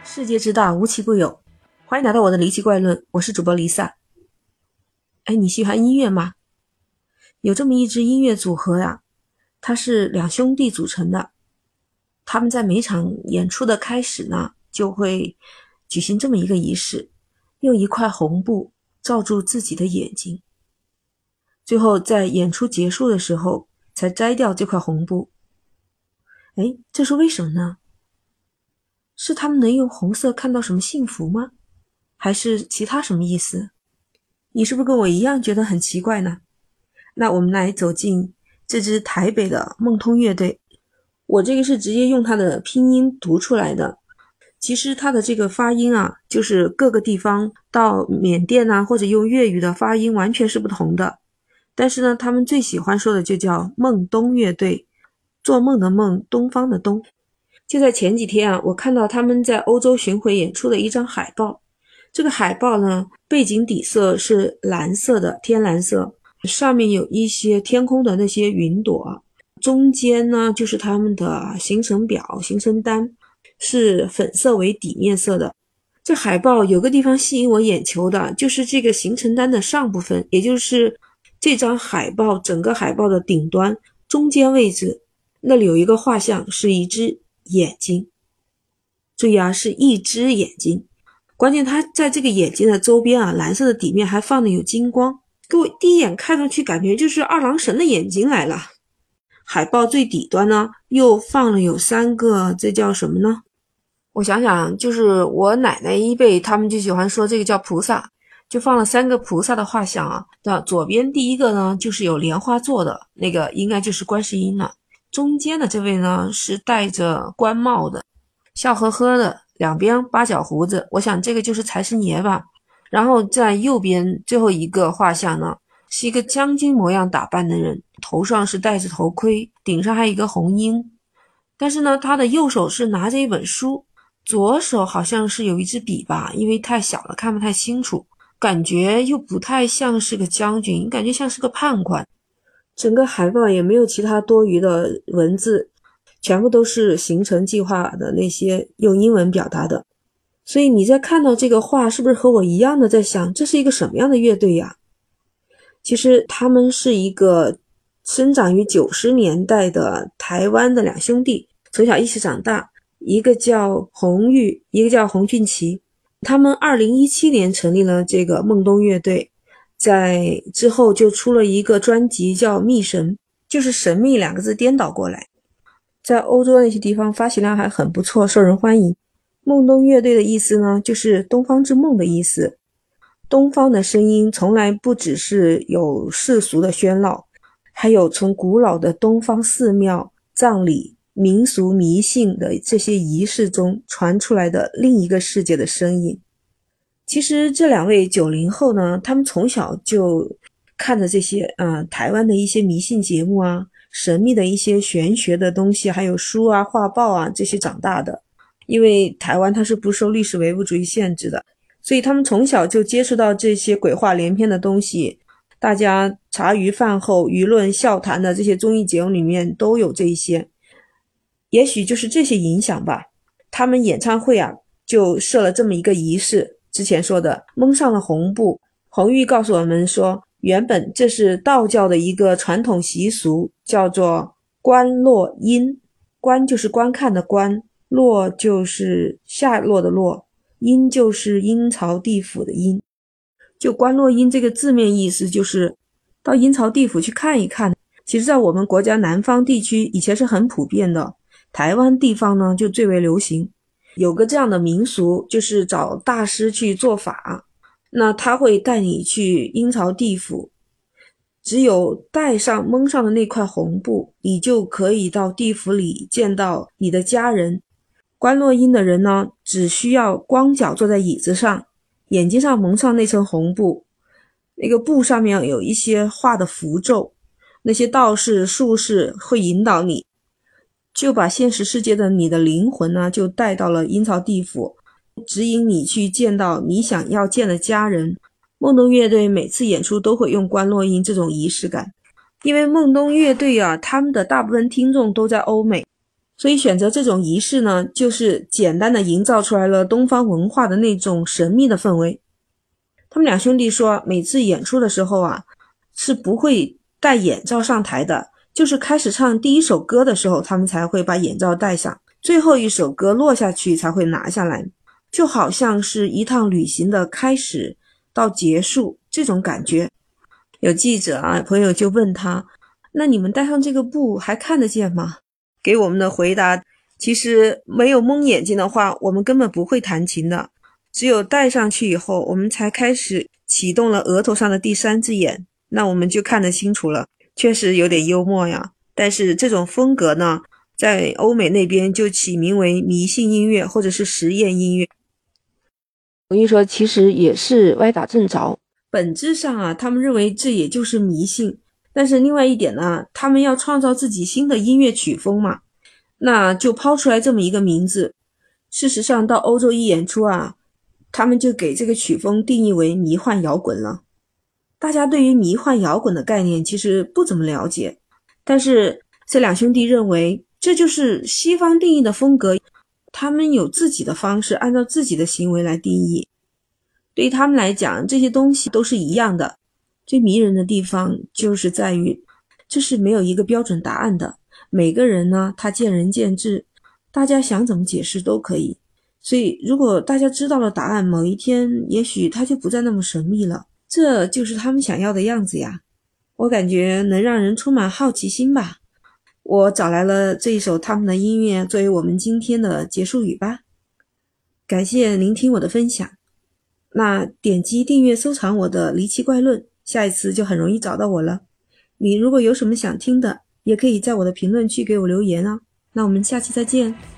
世界之大，无奇不有。欢迎来到我的离奇怪论，我是主播离萨。你喜欢音乐吗？有这么一支音乐组合呀，它是两兄弟组成的。他们在每场演出的开始呢，就会举行这么一个仪式，用一块红布罩住自己的眼睛，最后在演出结束的时候才摘掉这块红布。这是为什么呢？是他们能用红色看到什么幸福吗？还是其他什么意思？你是不是跟我一样觉得很奇怪呢？那我们来走进这支台北的梦通乐队。我这个是直接用它的拼音读出来的。其实它的这个发音啊，就是各个地方到缅甸啊，或者用粤语的发音完全是不同的。但是呢，他们最喜欢说的就叫梦东乐队，做梦的梦，东方的东。就在前几天啊，我看到他们在欧洲巡回演出的一张海报。这个海报呢，背景底色是蓝色的，天蓝色，上面有一些天空的那些云朵，中间呢就是他们的行程表、行程单，是粉色为底面色的。这海报有个地方吸引我眼球的，就是这个行程单的上部分，也就是这张海报整个海报的顶端中间位置，那里有一个画像，是一只眼睛。注意啊，是一只眼睛。关键它在这个眼睛的周边啊，蓝色的底面还放的有金光，给我第一眼看上去感觉就是二郎神的眼睛来了。海报最底端呢，又放了有3个，这叫什么呢？我想想，就是我奶奶一辈他们就喜欢说这个叫菩萨，就放了3个菩萨的画像啊。那左边第一个呢，就是有莲花座的，那个应该就是观世音了。中间的这位呢，是戴着官帽的，笑呵呵的，两边八角胡子，我想这个就是财神爷吧。然后在右边最后一个画像呢，是一个将军模样打扮的人，头上是戴着头盔，顶上还有一个红缨。但是呢，他的右手是拿着一本书，左手好像是有一支笔吧，因为太小了看不太清楚，感觉又不太像是个将军，感觉像是个判官。整个海报也没有其他多余的文字，全部都是行程计划的那些用英文表达的。所以你在看到这个画，是不是和我一样的在想，这是一个什么样的乐队呀？其实他们是一个生长于90年代的台湾的两兄弟，从小一起长大，一个叫洪玉，一个叫洪俊奇。他们2017年成立了这个梦东乐队，在之后就出了一个专辑叫秘神，就是神秘2个字颠倒过来，在欧洲那些地方发行量还很不错，受人欢迎。梦东乐队的意思呢，就是东方之梦的意思。东方的声音从来不只是有世俗的喧闹，还有从古老的东方寺庙、葬礼、民俗迷信的这些仪式中传出来的另一个世界的声音。其实这2位90后呢，他们从小就看着这些台湾的一些迷信节目啊，神秘的一些玄学的东西，还有书啊、画报啊这些长大的。因为台湾它是不受历史唯物主义限制的，所以他们从小就接触到这些鬼话连篇的东西，大家茶余饭后舆论笑谈的这些综艺节目里面都有这一些。也许就是这些影响吧，他们演唱会啊就设了这么一个仪式，之前说的蒙上了红布。洪玉告诉我们说，原本这是道教的一个传统习俗，叫做观落阴，观就是观看的观，落就是下落的落，阴就是阴曹地府的阴。就观落阴这个字面意思就是到阴曹地府去看一看。其实在我们国家南方地区以前是很普遍的，台湾地方呢就最为流行。有个这样的民俗，就是找大师去做法，那他会带你去阴曹地府，只有戴上蒙上的那块红布，你就可以到地府里见到你的家人。观落阴的人呢，只需要光脚坐在椅子上，眼睛上蒙上那层红布，那个布上面有一些画的符咒，那些道士术士会引导你，就把现实世界的你的灵魂呢，就带到了阴曹地府，指引你去见到你想要见的家人。梦东乐队每次演出都会用观落阴这种仪式感，因为梦东乐队啊，他们的大部分听众都在欧美， 所以选择这种仪式呢，就是简单的营造出来了东方文化的那种神秘的氛围。他们两兄弟说，每次演出的时候啊，是不会戴眼罩上台的，就是开始唱第一首歌的时候，他们才会把眼罩戴上，最后一首歌落下去才会拿下来，就好像是一趟旅行的开始到结束这种感觉。有记者啊，朋友就问他，那你们戴上这个布还看得见吗？给我们的回答，其实没有蒙眼睛的话，我们根本不会弹琴的，只有戴上去以后，我们才开始启动了额头上的第三只眼，那我们就看得清楚了。确实有点幽默呀，但是这种风格呢，在欧美那边就起名为迷信音乐或者是实验音乐。我跟你说，其实也是歪打正着。本质上啊，他们认为这也就是迷信，但是另外一点呢，他们要创造自己新的音乐曲风嘛，那就抛出来这么一个名字。事实上到欧洲一演出啊，他们就给这个曲风定义为迷幻摇滚了。大家对于迷幻摇滚的概念其实不怎么了解，但是这两兄弟认为这就是西方定义的风格，他们有自己的方式，按照自己的行为来定义。对于他们来讲，这些东西都是一样的。最迷人的地方就是在于，这是没有一个标准答案的。每个人呢，他见仁见智，大家想怎么解释都可以。所以如果大家知道了答案，某一天也许它就不再那么神秘了。这就是他们想要的样子呀。我感觉能让人充满好奇心吧。我找来了这一首他们的音乐作为我们今天的结束语吧。感谢聆听我的分享。那点击订阅收藏我的离奇怪论，下一次就很容易找到我了。你如果有什么想听的，也可以在我的评论区给我留言哦。那我们下期再见。